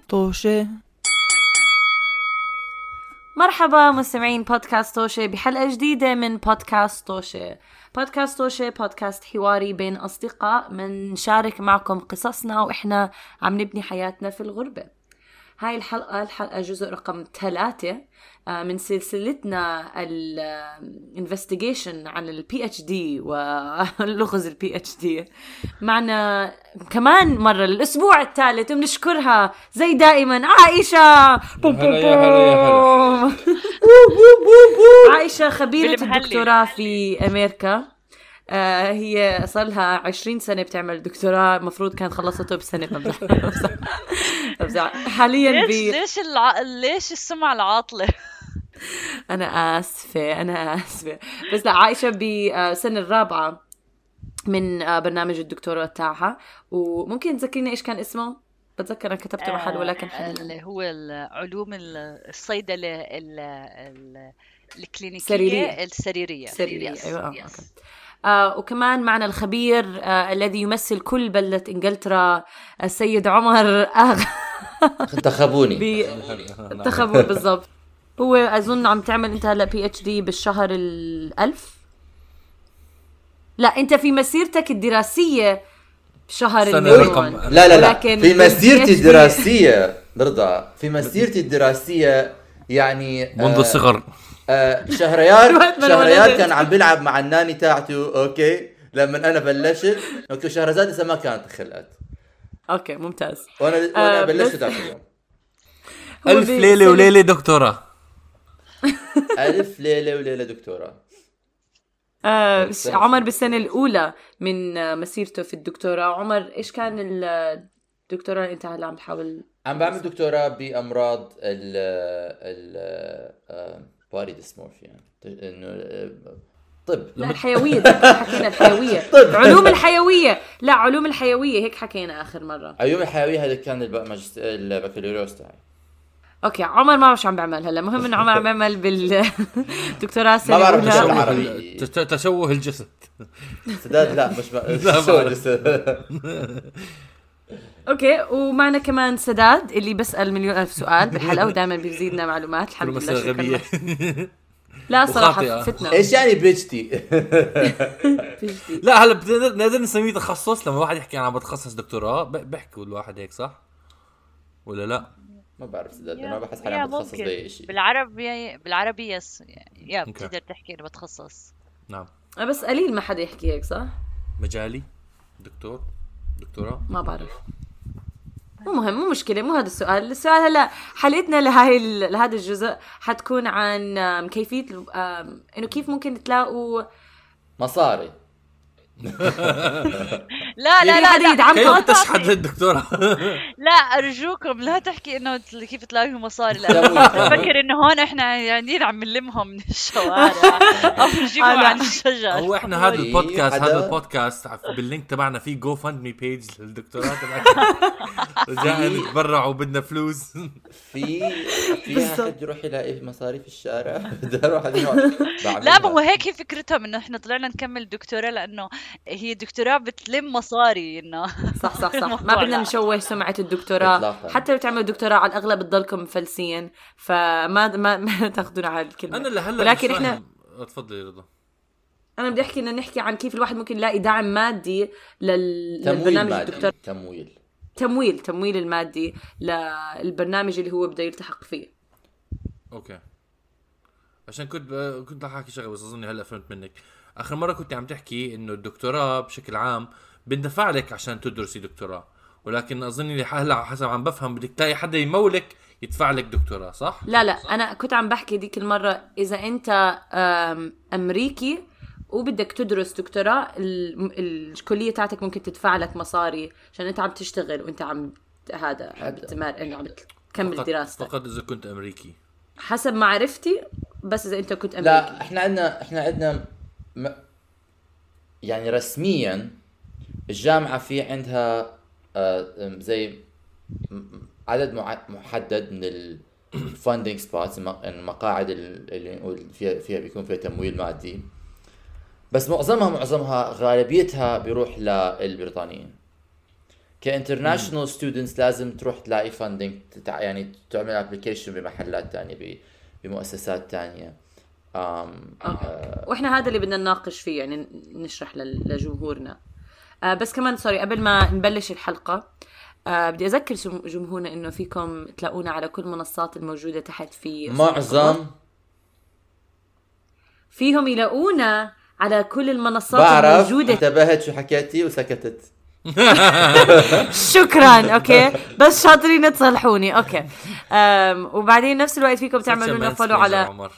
طوشة. مرحبا مستمعين بودكاست توشة بحلقة جديدة من بودكاست توشة. بودكاست توشة بودكاست حواري بين أصدقاء منشارك معكم قصصنا وإحنا عم نبني حياتنا في الغربة. هاي الحلقة جزء رقم 3 من سلسلتنا الانفستيجيشن عن البي اتش دي ولغز البي اتش دي. معنا كمان مرة الأسبوع الثالث وبنشكرها زي دائما عائشة. عائشة خبيرة الدكتوراه في أمريكا. هي صار لها 20 سنة بتعمل دكتوراه، مفروض كانت خلصته بسنة. حاليا ليش السمعة العاطلة؟ أنا آسفة بس لا، عايشة بسنة الرابعة من برنامج الدكتوراه تاعها. وممكن تذكريني إيش كان اسمه؟ بتذكر أنا كتبته محل ولكن اللي هو علوم الصيدلة الكلينيكية السريرية. أيوة. وكمان معنا الخبير الذي يمثل كل بلدة إنجلترا، السيد عمر انتخبوني بالضبط. هو أظن عم تعمل أنت هلأ PhD بالشهر 1000. لا، أنت في مسيرتك الدراسية شهر المليون. لا في مسيرتي الدراسية برضه في مسيرتي الدراسية يعني منذ الصغر. شهريار كان عم بيلعب مع الناني تاعته. اوكي لما انا بلشت اوكي شهرزاد لسه ما كانت خلقت. اوكي ممتاز. وانا بلشت ذاك اليوم. 1000 ليلة وليلة دكتورة. 1000 ليلة وليلة دكتورة. عمر بالسنة الأولى من مسيرته في الدكتوراه. عمر إيش كان الدكتوراه اللي أنت هلا عم تحاول؟ عم بعمل دكتوراه بأمراض بودي ديسمورفيا، إنه طب. لا الحيوية، حكينا الحيوية. علوم الحيوية. لا علوم الحيوية هيك حكينا آخر مرة. علوم الحيوية هذا كان البكالوريوس تاعي. اوكي عمر ما بعرف شو عم بعمل هلا. مهم انه عمر عم بعمل بالدكتوراه السنه ما بعرف الاولى بالعربي. تشوه الجسد. سداد لا مش تشوه الجسد. اوكي ومعنا كمان سداد اللي بسأل مليون ألف سؤال بالحلقه ودائما بيزيدنا معلومات. الحمد لله شكرا. لا صراحه فتنا. ايش يعني بيجتي؟ لا هلا بنقدر نسميه تخصص. لما واحد يحكي انا بتخصص دكتوراه بحكي الواحد هيك صح ولا لا؟ ما بعرف سداد، انا بحس حالي بتخصص باي شيء. بالعربي يس بتقدر تحكي انا بتخصص. نعم بس قليل ما حدا يحكي هيك صح. مجالي دكتوراه ما بعرف. مو مهم، مو مشكله، مو هذا السؤال هلا حلقتنا لهذا الجزء حتكون عن كيفيه انه كيف ممكن تلاقوا مصاري. لا كيف تشحد للدكتورة؟ لا أرجوكم لا تحكي إنه كيف تلاقي مصاري. لا فكر إنه هون إحنا قاعدين عم نلمهم من الشوارع أو نجيبهم عن الشجر. هو إحنا هذا البودكاست باللينك تبعنا في جو فاند مي بيج للدكتوراه تبعنا. رجاء نتبرعوا بدنا فلوس. في أحد يروح يلاقي مصاري في الشارع. لا ما هو هيك فكرتهم إنه إحنا طلعنا نكمل دكتوراه لأنه هي دكتوراه بتلم مصاري. إنه صح ما بدنا نشوه سمعة الدكتوراه. حتى لو تعملوا دكتوراه على الأغلب تضلكم مفلسين، فما تاخذونا على الكلمة. أنا اللي هلا ولكن إحنا تفضلي رضا. أنا بدي أحكي إنه نحكي عن كيف الواحد ممكن يلاقي دعم مادي للبرنامج الدكتور. تمويل المادي للبرنامج اللي هو بده يلتحق فيه. أوكي عشان كنت رح أحكي شغله بس أظني هلا فهمت منك. آخر مرة كنت عم تحكي إنه الدكتوراه بشكل عام بندفع لك عشان تدرسي دكتوراه، ولكن أظني هلا حسب عم بفهم بدك تلاقي حدا يمولك يدفع لك دكتوراه صح؟ لا أنا كنت عم بحكي ديك المرة إذا أنت أمريكي وبدك تدرس دكتوراه الكلية تاعتك ممكن تدفع لك مصاري عشان أنت عم تشتغل وأنت عم إنه عم تكمل دراستك. فقط إذا كنت أمريكي حسب معرفتي، بس إذا أنت كنت أمريكي. لا إحنا عندنا يعني رسميا الجامعة في عندها زي عدد محدد من الفاندينج سبوتس، المقاعد اللي نقول فيها بيكون فيها تمويل مادي، بس معظمها غالبيتها بيروح للبريطانيين. كانترناشونال ستودنتس لازم تروح تلاقي فاندنج يعني تعمل ابلكيشن بمحلات تانية بمؤسسات تانية. واحنا هذا اللي بدنا نناقش فيه يعني نشرح لجمهورنا. بس كمان سوري قبل ما نبلش الحلقة بدي أذكر جمهورنا إنه فيكم تلاقونا على كل منصات الموجودة تحت في معظم فيهم يلاقونا على كل المنصات الموجودة. انتبهت شو حكيتي وسكتت. شكرا. اوكي بس شاطرين تصلحوني. اوكي وبعدين نفس الوقت فيكم تعملوا لنا فولو على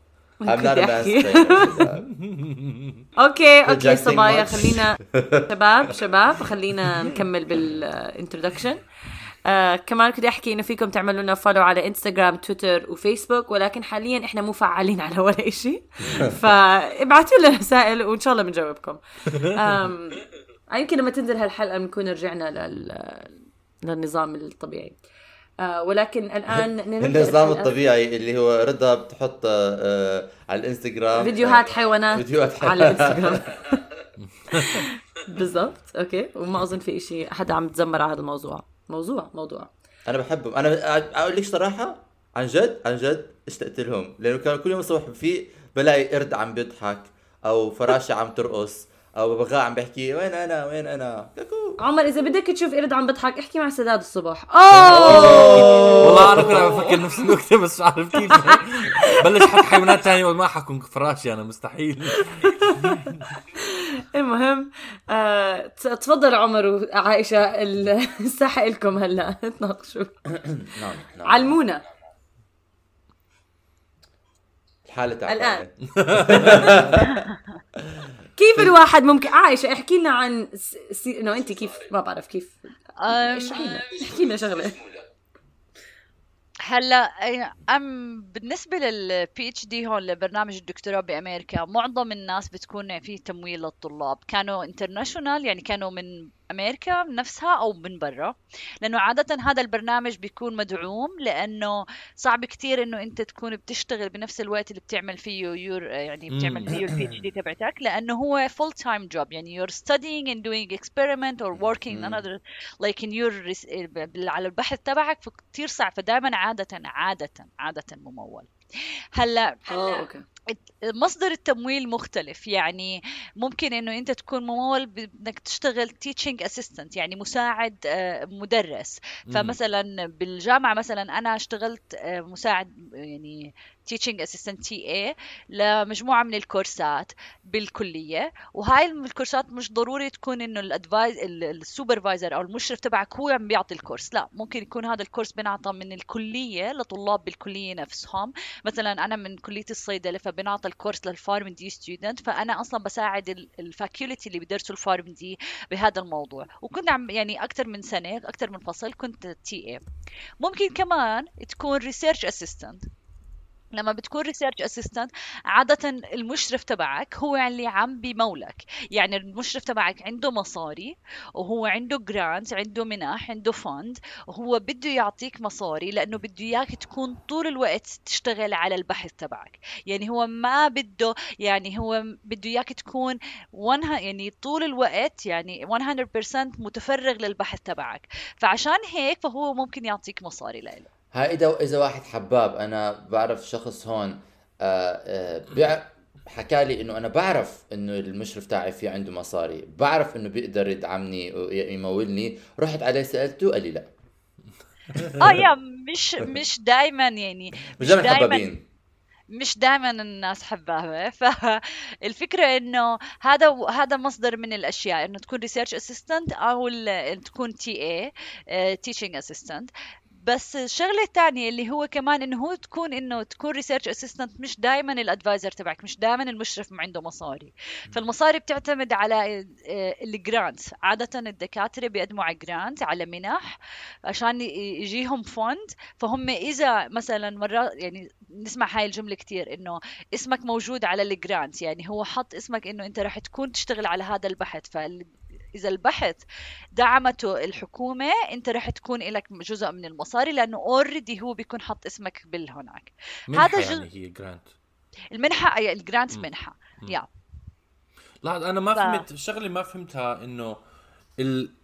اوكي صبايا خلينا شباب خلينا نكمل بالانترودكشن. كمان كنت احكي انه فيكم تعملوا لنا فولو على انستغرام تويتر وفيسبوك ولكن حاليا احنا مو فعالين على ولا شيء فابعتوا لنا رسائل وان شاء الله بنجاوبكم. يمكن لما تنزل هالحلقة بنكون رجعنا للنظام الطبيعي. ولكن الآن النظام الطبيعي اللي هو رضا بتحط على الانستغرام فيديوهات حيوانات على الانستغرام. بالضبط. اوكي وما اظن في شيء حدا عم يتذمر على هذا الموضوع. موضوع انا بحبهم. انا اقول لك صراحه عن جد اشتقت لهم لانه كانوا كل يوم الصبح فيه بلاقي قرد عم بيضحك او فراشه عم ترقص او ببغاء عم بحكي وين انا كاكو. عمر اذا بدك تشوف قرد عم بضحك احكي مع سداد الصبح. والله انا كنت عم بفكر نفس النكته بس عارف كيف بلش حكي حيوانات تانية وما حكون فراشي انا مستحيل. المهم تفضل عمر وعائشة الساحة لكم هلا تناقشوا. علمونا الحالة الآن. كيف الواحد ممكن عائشة احكي لنا عن انه انت كيف ما بعرف كيف احكي لنا شغلة. هلا بالنسبه للبي اتش دي هون لبرنامج الدكتوراه بامريكا معظم الناس بتكون في تمويل للطلاب كانوا انترناشونال يعني كانوا من امريكا نفسها او من برا لانه عاده هذا البرنامج بيكون مدعوم لانه صعب كتير انه انت تكون بتشتغل بنفس الوقت اللي بتعمل فيه يعني بتعمل فيه البي اتش دي تبعتك لانه هو full time job يعني you're studying and doing experiment or working another like in your على البحث تبعك فكتير صعب فدائما عاده ممول. هلا مصدر التمويل مختلف يعني ممكن انه انت تكون ممول بدك تشتغل teaching assistant يعني مساعد مدرس. فمثلا بالجامعة مثلا انا اشتغلت مساعد يعني teaching assistant TA لمجموعة من الكورسات بالكلية وهاي الكورسات مش ضروري تكون انه السوبرفايزر او المشرف تبعك هو عم بيعطي الكورس لا ممكن يكون هذا الكورس بنعطى من الكلية لطلاب بالكلية نفسهم. مثلا انا من كلية الصيدلة فبنعطى الكورس للفارم دي ستودنت فانا اصلا بساعد الفاكولتي اللي بيدرسوا الفارم دي بهذا الموضوع وكنت عم يعني اكثر من سنة اكثر من فصل كنت TA. ممكن كمان تكون ريسيرش اسيستنت. لما بتكون ريسيرش اسيستنت عادة المشرف تبعك هو اللي عم بمولك يعني المشرف تبعك عنده مصاري وهو عنده جرانت عنده منح عنده فند وهو بده يعطيك مصاري لأنه بده إياك تكون طول الوقت تشتغل على البحث تبعك يعني هو ما بده يعني هو بده إياك تكون يعني طول الوقت يعني 100% متفرغ للبحث تبعك فعشان هيك فهو ممكن يعطيك مصاري له. ها إذا واحد حباب أنا بعرف شخص هون حكالي إنه أنا بعرف إنه المشرف تاعي في عنده مصاري بعرف إنه بيقدر يدعمني ويمولني رحت عليه سألته قال لي لا. يا مش دايما يعني مش دائما الناس حبابة. فالفكرة انه هذا مصدر من الاشياء انه تكون ريسيرش اسيستنت او تكون TA teaching assistant. بس الشغله الثانيه اللي هو كمان انه هو تكون ريسيرش اسيستنت مش دائما الادفايزر تبعك مش دائما المشرف ما عنده مصاري. فالمصاري بتعتمد على الجرانت عاده الدكاتره بيقدموا على جرانت على منح عشان يجيهم فند فهم اذا مثلا مره يعني نسمع هاي الجمله كتير انه اسمك موجود على الجرانت يعني هو حط اسمك انه انت راح تكون تشتغل على هذا البحث إذا البحث دعمته الحكومة أنت رح تكون لك جزء من المصاري لأنه already هو بيكون حط اسمك بالهناك. هذا يعني هي جرانت المنحة الجرانت منحة لا أنا ما فهمت الشغلة ما فهمتها إنه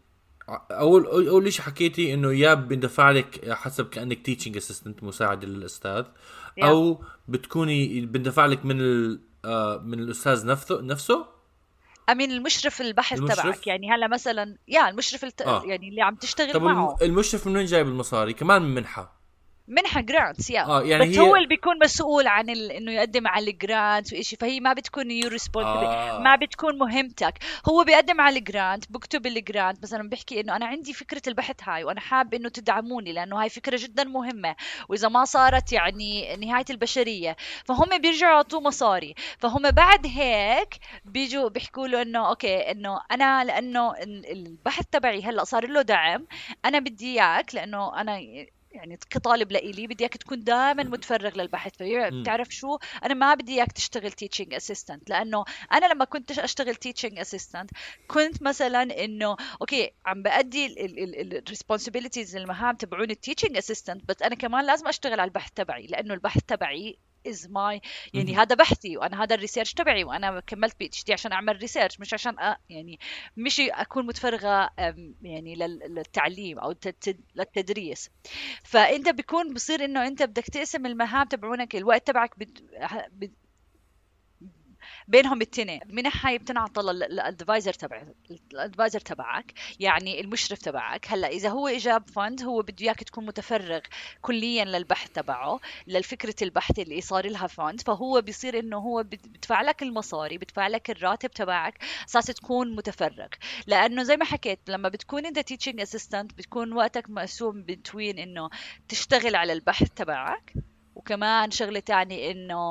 اول شيء حكيتي انه يا بندفع لك حسب كانك تيتشنج اسيستنت مساعد للاستاذ او بتكوني بندفع لك من الاستاذ نفسه امين المشرف البحث تبعك. يعني هلا مثلا المشرف يعني اللي عم تشتغل طب معه. المشرف من وين جايب المصاري؟ كمان من منحه جرانتس يعني بس هو اللي بيكون مسؤول عن انه يقدم على الجرانت وإشي، فهي ما بتكون يور ريسبونسبل، ما بتكون مهمتك. هو بيقدم على الجرانت، بكتب الجرانت مثلا، بيحكي انه انا عندي فكره البحث هاي وانا حاب انه تدعموني لانه هاي فكره جدا مهمه، واذا ما صارت يعني نهايه البشريه. فهم بيرجعوا يعطوه مصاري. فهم بعد هيك بيجوا بيحكوا له انه اوكي، انه انا لانه البحث تبعي هلا صار له دعم، انا بدي اياك لانه انا يعني كطالب لإلي بدي اياك تكون دائما متفرغ للبحث. بتعرف شو، انا ما بدي اياك تشتغل تيتشنج اسيستنت، لانه انا لما كنت اشتغل تيتشنج اسيستنت كنت مثلا انه اوكي عم بأدي الريسبونسبيلتيز المهام تبعون التيتشنج اسيستنت، بس انا كمان لازم اشتغل على البحث تبعي، لانه البحث تبعي is my يعني هذا بحثي، وانا هذا الريسيرش تبعي، وانا كملت PhD عشان اعمل ريسيرش، مش عشان يعني مش اكون متفرغه يعني للتعليم او للتدريس. فانت بيكون بصير انه انت بدك تقسم المهام تبعونك، الوقت تبعك بينهم التنين. المنح هاي بتنعطى الادفايزر تبعك، يعني المشرف تبعك. هلا اذا هو اجاب فند، هو بده اياك تكون متفرغ كليا للبحث تبعه، للفكره البحث اللي صار لها فند، فهو بيصير انه هو بدفع لك المصاري، بدفع لك الراتب تبعك اساس تكون متفرغ. لانه زي ما حكيت لما بتكون انت تيتشنج اسيستنت بتكون وقتك مقسوم بين انه تشتغل على البحث تبعك، وكمان شغله تاني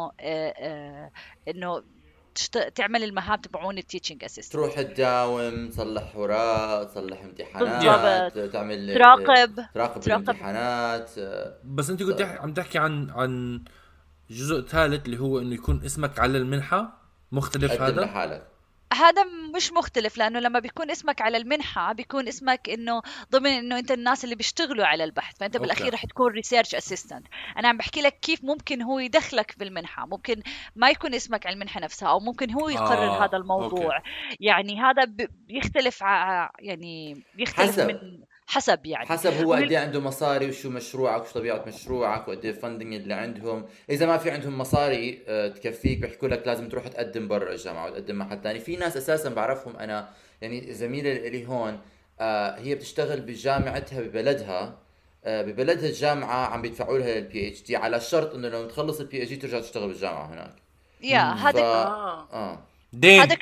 انه تعمل المهام تبعون التيتشنج اسيستنت، تروح تداوم، تصلح اوراق، تصلح امتحانات، تعمل تراقب الامتحانات. بس انت كنت عم تحكي عن جزء ثالث اللي هو انه يكون اسمك على المنحة مختلف. هذا مش مختلف، لانه لما بيكون اسمك على المنحه بيكون اسمك انه ضمن انه انت الناس اللي بيشتغلوا على البحث، فانت بالاخير رح تكون ريسيرش اسيستنت. انا عم بحكي لك كيف ممكن هو يدخلك بالمنحه، ممكن ما يكون اسمك على المنحه نفسها، او ممكن هو يقرر هذا الموضوع. يعني هذا بيختلف يعني بيختلف حسب يعني حسب هو قد ايه عنده مصاري، وشو مشروعك، وشو طبيعه مشروعك، وقد ايه الفندنج اللي عندهم. اذا ما في عندهم مصاري تكفيك بيحكوا لك لازم تروح تقدم برا الجامعه وتقدم محل ثاني. في ناس اساسا بعرفهم انا، يعني زميله لي هون هي بتشتغل بجامعتها ببلدها، ببلدها الجامعه عم بيدفعوا لها البي اتش دي على شرط انه لو تخلص البي اتش دي ترجع تشتغل بالجامعه هناك. هذا هذا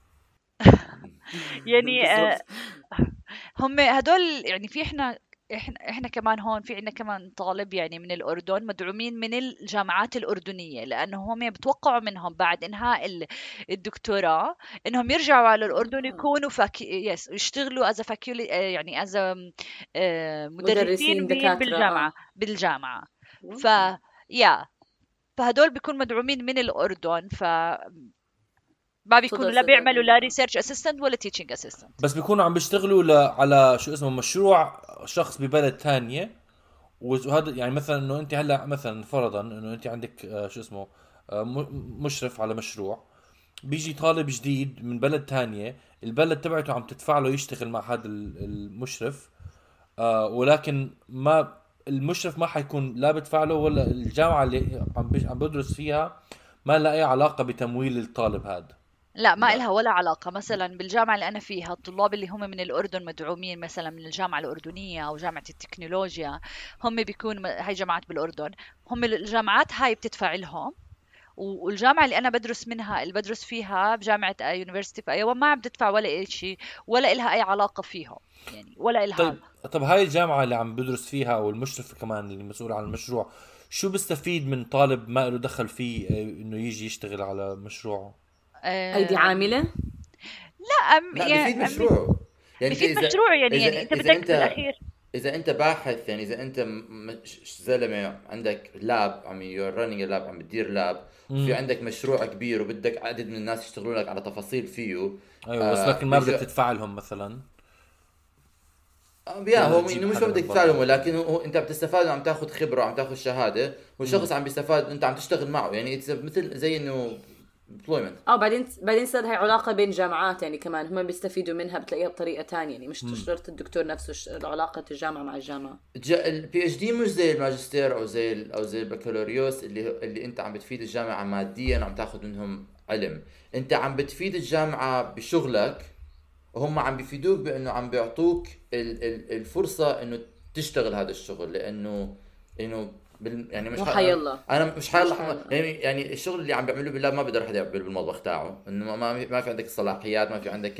يعني هم هدول يعني في احنا كمان هون في عنا كمان طالب يعني من الأردن مدعومين من الجامعات الأردنية، لأنه هم بتوقعوا منهم بعد إنهاء الدكتوراه إنهم يرجعوا على الأردن يكونوا يشتغلوا as a faculty، يعني as a مدرسين بالجامعة. فهدول بيكون مدعومين من الأردن، ما بيكونوا لا بيعملوا لا ريسيرش اسيستنت ولا تيتشنج اسيستنت، بس بيكونوا عم بيشتغلوا على شو اسمه مشروع شخص ببلد ثانيه. وهذا يعني مثلا انه انت هلا مثلا فرضا انه انت عندك شو اسمه مشرف على مشروع، بيجي طالب جديد من بلد ثانيه، البلد تبعته عم تدفع له يشتغل مع هذا المشرف، ولكن ما المشرف ما حيكون لا بدفع له، ولا الجامعه اللي عم بدرس فيها ما لها اي علاقه بتمويل الطالب هذا. لا ما إلها ولا علاقة. مثلا بالجامعة اللي أنا فيها الطلاب اللي هم من الأردن مدعومين مثلا من الجامعة الأردنية أو جامعة التكنولوجيا، هم بيكون هاي جامعات بالأردن، هم الجامعات هاي بتدفع لهم. والجامعة اللي أنا بدرس فيها بجامعة يونيفرسيتي في أيوة ما عم تدفع ولا أي شيء، ولا إلها أي علاقة فيهم يعني، ولا إلها. طيب هاي الجامعة اللي عم بدرس فيها أو المشرف كمان اللي مسؤول عن المشروع، شو بيستفيد من طالب ما له دخل فيه إنه يجي يشتغل على مشروعه؟ أيدي عاملة؟ لا بيفيد مشروعه، يعني بيفيد مشروعه يعني أنت بدك بالأخير إذا أنت باحث، يعني إذا أنت زلمة عندك لاب you're running a lab، عم بتدير لاب، في عندك مشروع كبير وبدك عدد من الناس يشتغلون لك على تفاصيل فيه. أيوة بس لكن ما بدك تدفع لهم مثلا. هو إنه مش بدك تدفع لهم، ولكن هو أنت بتستفاد وعم تاخذ خبرة وعم تاخذ شهادة، والشخص عم بيستفاد أنت عم تشتغل معه. يعني مثل زي إنه employment. بعدين صار هاي علاقة بين جامعات يعني كمان هم بيستفيدوا منها بتلاقيها بطريقة تانية يعني مش شرط الدكتور نفسه علاقة الجامعة مع الجامعة. البي اتش دي مش زي الماجستير او زي البكالوريوس اللي انت عم بتفيد الجامعة ماديا وعم تاخذ منهم علم. انت عم بتفيد الجامعة بشغلك وهم عم بيفيدوك بانه عم بيعطوك الفرصة انه تشتغل هذا الشغل لانه يعني مش حيالله انا مش حيالله يعني الشغل اللي عم بيعملوه بالله ما بقدر حدا يعمل بالمطبخ تاعه انه ما في عندك الصلاحيات ما في عندك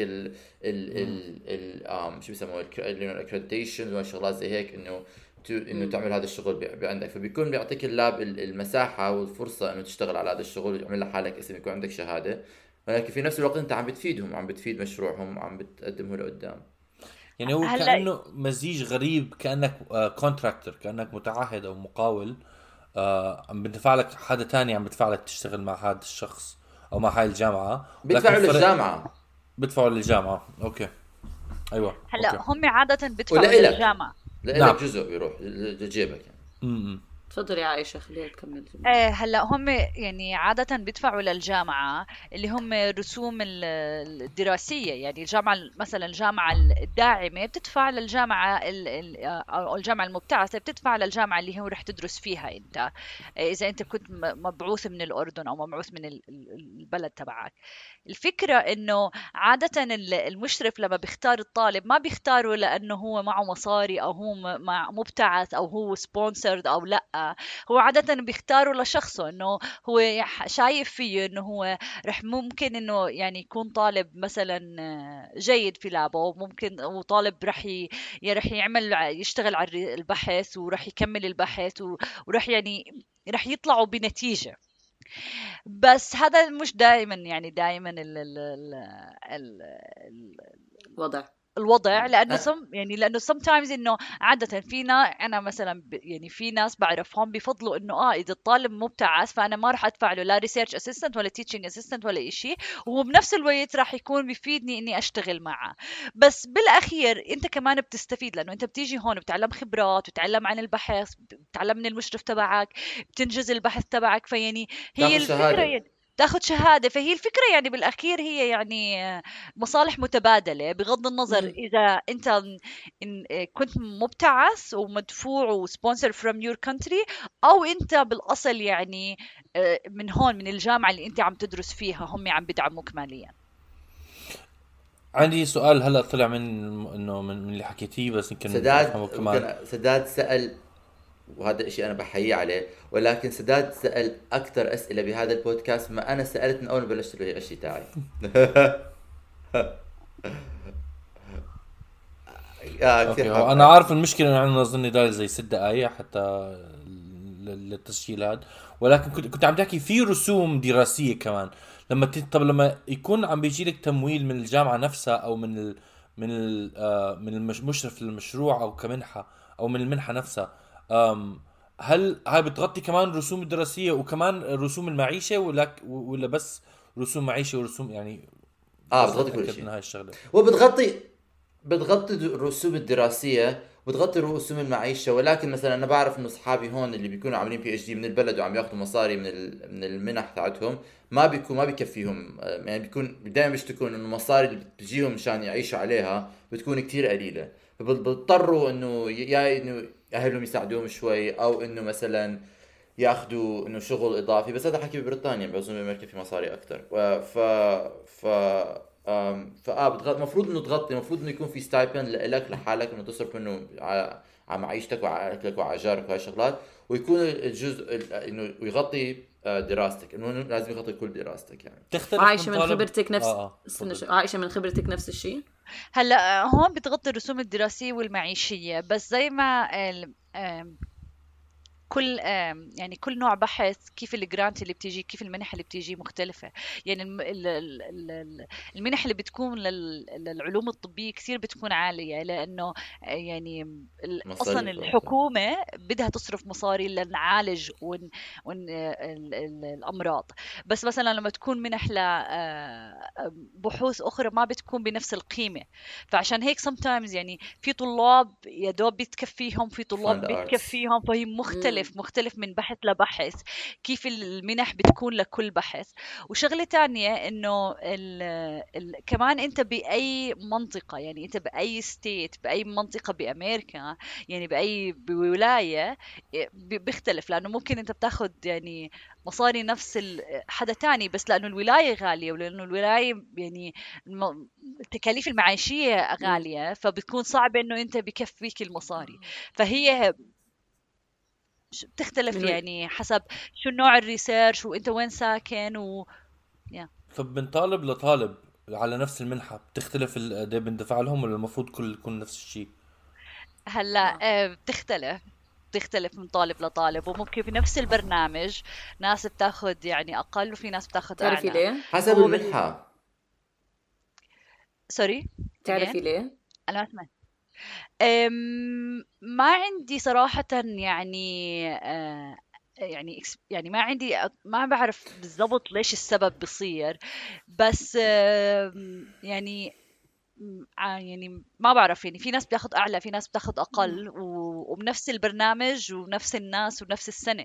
ال شو بيسموه الاكريديتيشن والشغلات زي هيك انه تعمل هذا الشغل عندك فبيكون بيعطيك اللاب المساحه والفرصه انه تشتغل على هذا الشغل وتعمل لحالك اسم يكون عندك شهاده ولكن في نفس الوقت انت عم بتفيدهم عم بتفيد مشروعهم وعم بتقدمه لقدام. يعني هو كأنه مزيج غريب كأنك كونتراكتور كأنك متعهد أو مقاول عم بدفع لك حدا تاني عم بدفع لك تشتغل مع هذا الشخص أو مع هاي الجامعة بدفعوا للجامعة أوكي أيوة هلا أوكي. هم عادة بدفعوا للجامعة لك جزء بيروح لجيبك يعني. تفضلي عائشة خليها تكمل. هلا هم يعني عادة بيدفعوا للجامعة اللي هم رسوم الدراسية يعني الجامعة مثلا الجامعة الداعمة بتدفع للجامعة أو الجامعة المبتعثة بتدفع للجامعة اللي هو رح تدرس فيها أنت إذا أنت كنت مبعوث من الأردن أو مبعوث من البلد تبعك. الفكرة إنه عادة المشرف لما بيختار الطالب ما بيختاره لأنه هو معه مصاري أو هو مبتعث أو هو سبونسرد أو لأ هو عادة بيختاروا لشخصه إنه هو شايف فيه إنه هو رح ممكن إنه يعني يكون طالب مثلا جيد في لعبه وممكن وطالب رح يعمل يشتغل على البحث ورح يكمل البحث ورح يعني رح يطلعوا بنتيجة. بس هذا مش دائما يعني دائما الوضع لانه لانه sometimes انه عاده فينا انا مثلا يعني في ناس بعرفهم بفضلوا انه اذا الطالب مبتعث فانا ما راح ادفع له لا ريسيرش اسيستنت ولا تيتشنج اسيستنت ولا شيء وهو بنفس الوقت راح يكون بيفيدني اني اشتغل معه. بس بالاخير انت كمان بتستفيد لانه انت بتيجي هون بتعلم خبرات وتتعلم عن البحث بتتعلم من المشرف تبعك بتنجز البحث تبعك فيعني هي الفكره يعني تاخذ شهادة. فهي الفكرة يعني بالأخير هي يعني مصالح متبادلة بغض النظر إذا أنت كنت مبتعث ومدفوع وسبونسر from your country أو أنت بالأصل يعني من هون من الجامعة اللي أنت عم تدرس فيها هم عم بدعموك ماليا. عندي سؤال هلأ طلع إنه من اللي حكيتيه بس يمكن سداد سأل وهذا الشيء أنا بحيي عليه ولكن سداد سأل أكثر أسئلة بهذا البودكاست ما أنا سألت من أول ما بلشت الشيء تاعي. أنا عارف المشكلة إنه عندنا أظن دايل زي 6 دقايق حتى للتسجيل هذا ولكن كنت عم تحكي في رسوم دراسية كمان لما يكون عم بيجي لك تمويل من الجامعة نفسها أو من المشرف للمشروع أو كمنحة أو من المنحة نفسها هل هاي بتغطي كمان رسوم الدراسية وكمان رسوم المعيشة ولا بس رسوم معيشة ورسوم يعني بتغطي كل شيء هاي الشغلة بتغطي الرسوم الدراسية بتغطي رسوم المعيشة ولكن مثلا أنا بعرف إنه أصحابي هون اللي بيكونوا عاملين PhD من البلد وعم ياخذوا مصاري من المنح تاعتهم ما بيكفيهم يعني بيكون دائما بيشتكون إنه المصاري اللي بتجيهم مشان يعيشوا عليها بتكون كتير قليلة فبيضطروا إنه إنه أهلهم يساعدوهم شوي أو إنه مثلا ياخذوا إنه شغل إضافي بس هذا حكي ببريطانيا بظن بأمريكا في مصاري أكتر المفروض إنه تغطي المفروض إنه يكون في ستايبند لك لحالك إنه تصرف منه على معيشتك وعلى أكلك وعلى جارك وهاي الشغلات ويكون الجزء إنه يغطي دراستك إنه لازم يغطي كل دراستك يعني. عايشة من خبرتك عايشة من خبرتك نفس الشيء. هلا هون بتغطي الرسوم الدراسية والمعيشية بس زي ما كل نوع بحث كيف الجرانت اللي بتيجي كيف المنح اللي بتيجي مختلفة. يعني المنح اللي بتكون للعلوم الطبية كثير بتكون عالية لأنه يعني أصلا الحكومة بدها تصرف مصاري لنعالج الأمراض بس مثلا لما تكون منح لبحوث أخرى ما بتكون بنفس القيمة. فعشان هيك sometimes يعني في طلاب يدوب بتكفيهم في طلاب بتكفيهم فهي مختلف مختلف من بحث لبحث، كيف المنح بتكون لكل بحث. وشغلة تانية إنه كمان أنت بأي منطقة، يعني أنت بأي ستيت، بأي منطقة بأمريكا، يعني بأي ولاية بيختلف، لأنه ممكن أنت بتاخد يعني مصاري نفس حدا تاني، بس لأنه الولاية غالية، ولأنه الولاية يعني التكاليف المعيشية غالية، فبتكون صعب إنه أنت بكفيك المصاري. فهي بتختلف يعني حسب شو نوع الريسيرش وأنت وين ساكن طب من طالب لطالب على نفس المنحة بتختلف قد ايه بندفع لهم، ولا المفروض كل يكون نفس الشيء؟ هلا بتختلف من طالب لطالب، وممكن في نفس البرنامج ناس بتاخد يعني أقل وفي ناس بتاخد أعلى. تعرفي ليه؟ حسب المنحة. سوري، تعرفي ليه؟ أنا ما سمعت. ما عندي صراحة يعني يعني ما بعرف بالضبط ليش السبب بيصير، بس يعني يعني ما بعرف، يعني في ناس بتاخد أعلى، في ناس بتاخد أقل، وبنفس البرنامج ونفس الناس ونفس السنة.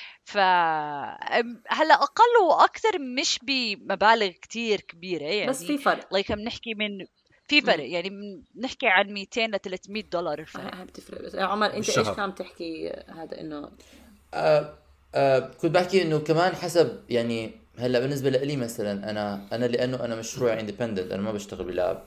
هلا أقل وأكثر مش بمبالغ كتير كبيرة يعني، بس في فرق. الله كم نحكي من في فرق يعني نحكي عن 200 ل 300 دولار الفرق. هاي بتفرق. بس عمر انت بالشهر. ايش كان تحكي هذا انه كنت بحكي انه كمان حسب يعني. هلا بالنسبه لي مثلا انا لانه انا مشروع اندبندنت، انا ما بشتغل بلاب،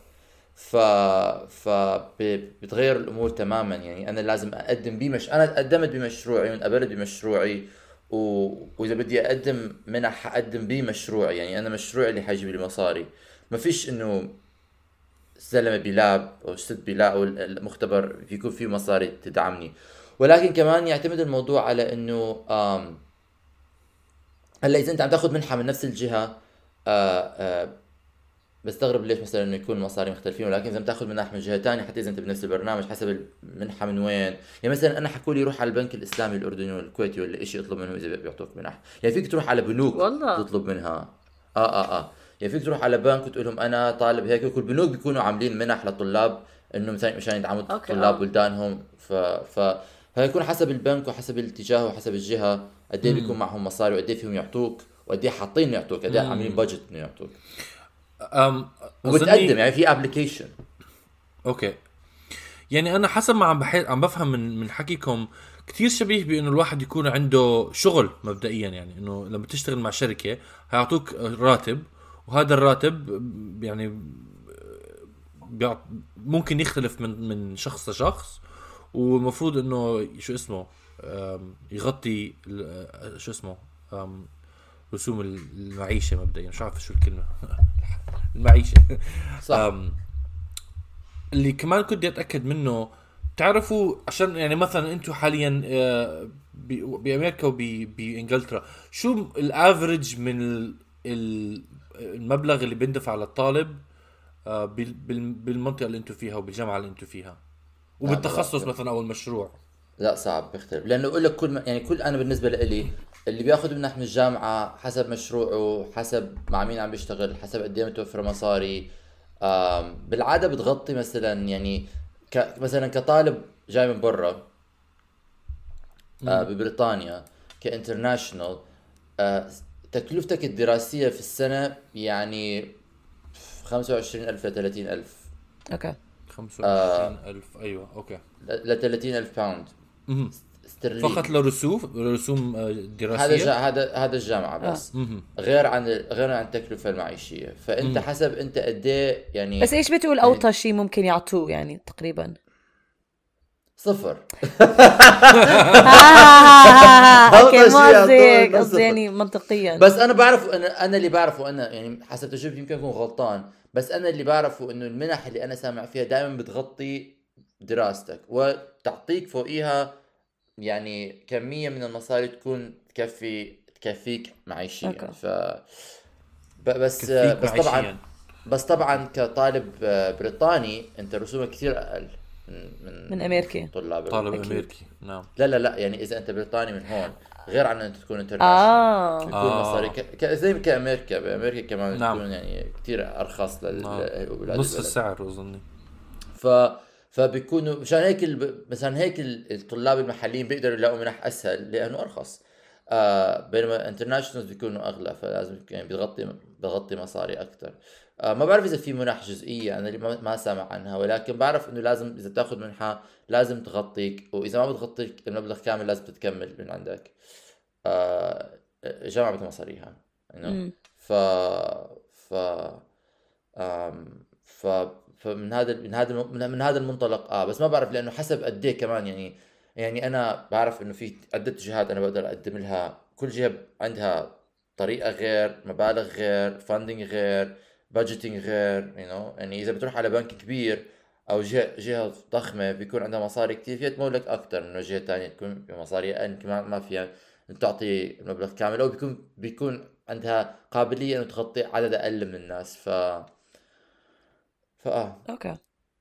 بتغير الامور تماما. يعني انا لازم اقدم انا قدمت بمشروعي وانقبلت بمشروعي، واذا بدي اقدم منح اقدم بمشروعي. يعني انا مشروعي اللي حيجيب لي مصاري، ما فيش انه زلمه بلاب او ست بلاب او المختبر يكون فيه مصاري تدعمني. ولكن كمان يعتمد الموضوع على انه هلا اذا انت عم تاخذ منحه من نفس الجهه، بستغرب ليش مثلا انه يكون مصاري مختلفين. ولكن اذا بتاخذ منح من جهه ثانيه، حتى اذا انت بنفس البرنامج حسب المنحه من وين. يعني مثلا انا حكوا لي روح على البنك الاسلامي الاردني والكويتي ولا شيء اطلب منهم اذا بيعطوك منح. يعني فيك تروح على بنوك والله تطلب منها. يعني فيك تروح على بنك وتقول لهم انا طالب هيك. وكل البنوك بيكونوا عاملين منح للطلاب انه مثلا مشان يدعموا طلاب بلدانهم. فهيكون حسب البنك وحسب الاتجاه وحسب الجهه قد ايه بيكون معهم مصاري وقد ايه فيهم يعطوك وقد ايه حاطين انه يعطوك، قد ايه عاملين بادجت انه يعطوك. وبتقدم يعني في ابلكيشن. اوكي، يعني انا حسب ما عم بفهم من حكيكم كتير شبيه بانه الواحد يكون عنده شغل مبدئيا. يعني انه لما تشتغل مع شركة هيعطوك راتب، وهذا الراتب يعني ممكن يختلف من شخص لشخص، والمفروض انه شو اسمه يغطي شو اسمه رسوم المعيشة مبدئيا. مش عارف شو الكلمة المعيشة صح. اللي كمان كنت أتأكد منه تعرفوا، عشان يعني مثلا انتوا حاليا بأمريكا وبإنجلترا شو الافريج من المبلغ اللي بيندفع للطالب بالمنطقة اللي انتوا فيها وبالجامعة اللي انتوا فيها وبالتخصص مثلا او المشروع؟ لا صعب بيختلف، لانه اقول لك كل انا بالنسبه لي اللي بياخذ منح من الجامعه حسب مشروعه، حسب مع مين عم بيشتغل، حسب قد ايه متوفر مصاري. بالعاده بتغطي مثلا يعني مثلا كطالب جاي من برا ببريطانيا كانترناشنال، تكلفتك الدراسيه في السنه يعني 25,000 ل 30,000. اوكي 25,000 ايوه اوكي ل 30,000 باوند استرليني فقط لرسوم دراسيه. هذا الجامعه بس. غير عن التكلفه المعيشيه. فانت حسب انت قد ايه يعني. بس ايش بتقول يعني اوطى شيء ممكن يعطوه يعني تقريبا؟ 0. اوكي مو قصدي يعني منطقيا. بس انا بعرف انا اللي بعرفه انا يعني حسب تجربتي، يمكن اكون غلطان، بس انا اللي بعرفه انه المنح اللي انا سامع فيها دائما بتغطي دراستك وتعطيك فوقيها يعني كمية من المصاري تكون تكفيك معيشيا. بس طبعا كطالب بريطاني انت رسومك كثير اقل من امريكي. طالب امريكي نعم. لا يعني اذا انت بريطاني من هون غير عن انت تكون انترناشونال بيكون مصاري زي كامريكا. بامريكا كمان تكون يعني كثير ارخص للولاد نص السعر اظني. فبيكونوا مشان هيك مثلا هيك الطلاب المحليين بيقدروا يلاقوا منح اسهل لانه ارخص. بينما انترناشونالز بيكونوا اغلى، فلازم يعني بغطي مصاري اكثر. ما بعرف اذا في منح جزئيه، انا اللي ما سامع عنها، ولكن بعرف انه لازم اذا تاخذ منحه لازم تغطيك، واذا ما بتغطيك المبلغ كامل لازم تكمل من عندك. الجامعه بدها مصاريها ف ف فمن هذا المنطلق بس ما بعرف، لانه حسب قد ايه كمان. يعني انا بعرف انه في عده جهات انا بقدر اقدم لها، كل جهه عندها طريقه غير، مبالغ غير، فاندنج غير، بادجيتنج غير. يعني اذا بتروح على بنك كبير او جهه ضخمه بيكون عندها مصاري كتير فيها تمولك اكثر من جهه ثانيه تكون بمصاري اقل ما فيها تعطي المبلغ كامل، او بيكون عندها قابليه انه تغطي عدد اقل من الناس. اوكي.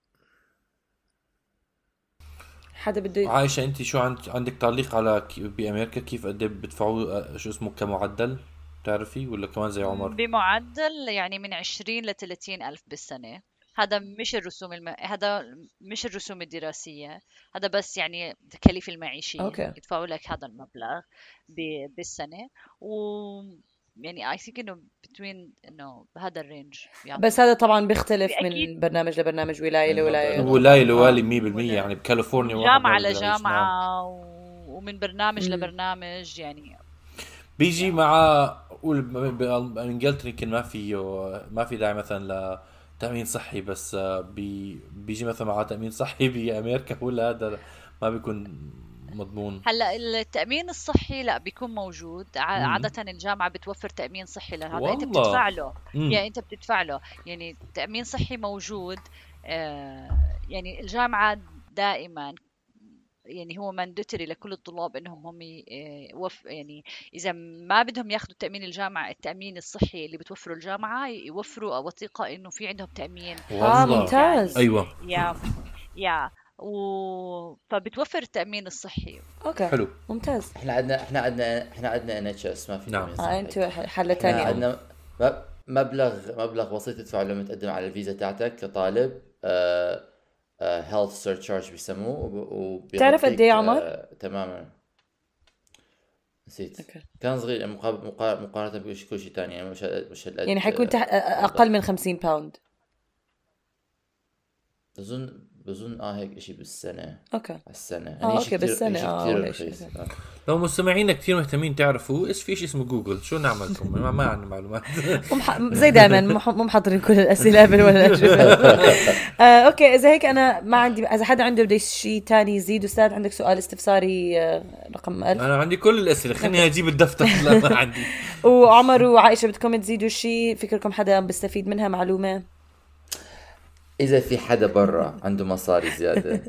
حدا بده عايشة انت شو عندك تعليق على بأمريكا كيف قد بدفعوا شو اسمه كمعدل تعرفي، ولا كمان زي عمر؟ بمعدل يعني من 20 ل 30 ألف بالسنة. هذا مش هذا مش الرسوم الدراسية، هذا بس يعني التكاليف المعيشية. أوكي. يدفعوا لك هذا المبلغ بالسنة، يعني I think إنه إنه بهذا الرينج يعني. بس هذا طبعا بيختلف من برنامج لبرنامج، ولاية لولاية، ولاية لوالي 100%. يعني بكاليفورنيا جامعة لجامعة ومن برنامج لبرنامج يعني. بيجي مع بإنجلترا يمكن ما في داعي مثلا لتأمين صحي، بس بيجي مثلا مع تأمين صحي بأمريكا، ولا هذا ما بيكون مضمون؟ هلا التأمين الصحي لا بيكون موجود عادة. الجامعة بتوفر تأمين صحي لهذا، انت بتدفع له. يعني انت بتدفع له، يعني تأمين صحي موجود. يعني الجامعة دائما يعني هو مانداتوري لكل الطلاب انهم هم يعني اذا ما بدهم ياخذوا تأمين الجامعة، التأمين الصحي اللي بتوفره الجامعة يوفروا وثيقة انه في عندهم تأمين. ممتاز. ايوه يا فبتوفر التأمين الصحي. اوكي حلو ممتاز. احنا عندنا NHS ما في نعم. انتوا حل ثاني. عندنا مبلغ بسيط تدفعه لما تقدم على الفيزا تاعتك كطالب. health surcharge بيسموه. تعرف قد ايه عمر؟ تماما نسيت. أوكي. كان صغير مقارنة بكل شيء ثاني. يعني مش يعني حيكون اقل من 50 باوند. بظن هيك شيء بالسنة. اوكي. السنة يعني اوكي بالسنة. لو مستمعينا كثير مهتمين تعرفوا ايش في شيء اسمه جوجل، شو نعملكم؟ ما عندنا معلومات. زي دائما مو محضرين كل الاسئله قبل ولا الاجوبه. اوكي اذا هيك انا ما عندي. اذا حدا عنده بده شيء ثاني يزيد. استاذ عندك سؤال استفساري رقم 1000؟ انا عندي كل الاسئله، خليني اجيب الدفتر. لا ما عندي. وعمر وعائشه بدكم تزيدوا شيء؟ فكركم حدا بيستفيد منها معلومه؟ إذا في حدا برا عنده مصاري زيادة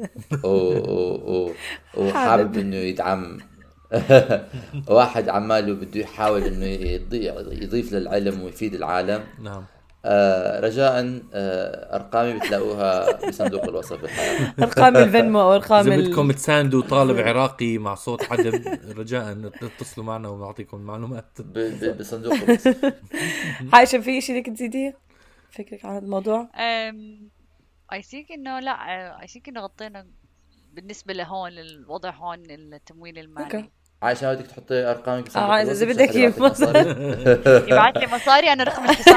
وحابب إنه يدعم واحد عماله بده يحاول إنه يضيف للعلم ويفيد العالم. نعم. رجاء أرقامي بتلاقوها بصندوق الوصف بالحياة. أرقام الفنمو أو أرقام إذا بدكم تساندوا طالب عراقي مع صوت حدب رجاء اتصلوا معنا ونعطيكم المعلومات بصندوق الوصف. عايشة في شيء بدك تزيديه فكرك عن الموضوع؟ I think إنه لا I think إنه غطينا بالنسبة لهون الوضع هون التمويل المالي. عايشة بدك تحطي أرقامك بصندوق الوصف. إذا بدك يبعث لي مصاري أنا رقم الحساب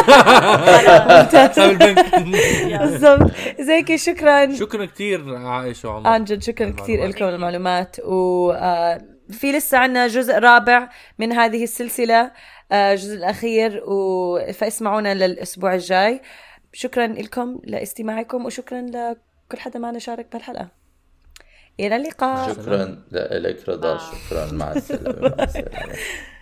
بالضبط. زيك شكرا كتير عائشة وعمر. عن جد شكرا كثير لكم المعلومات. وفي لسه عنا جزء رابع من هذه السلسلة، الجزء الأخير، فاسمعونا للأسبوع الجاي. شكرا لكم لاستماعكم، وشكرا لكل حدا معنا شارك بهالحلقة. إلى اللقاء. شكرا لك رضا. شكرا. مع السلامة.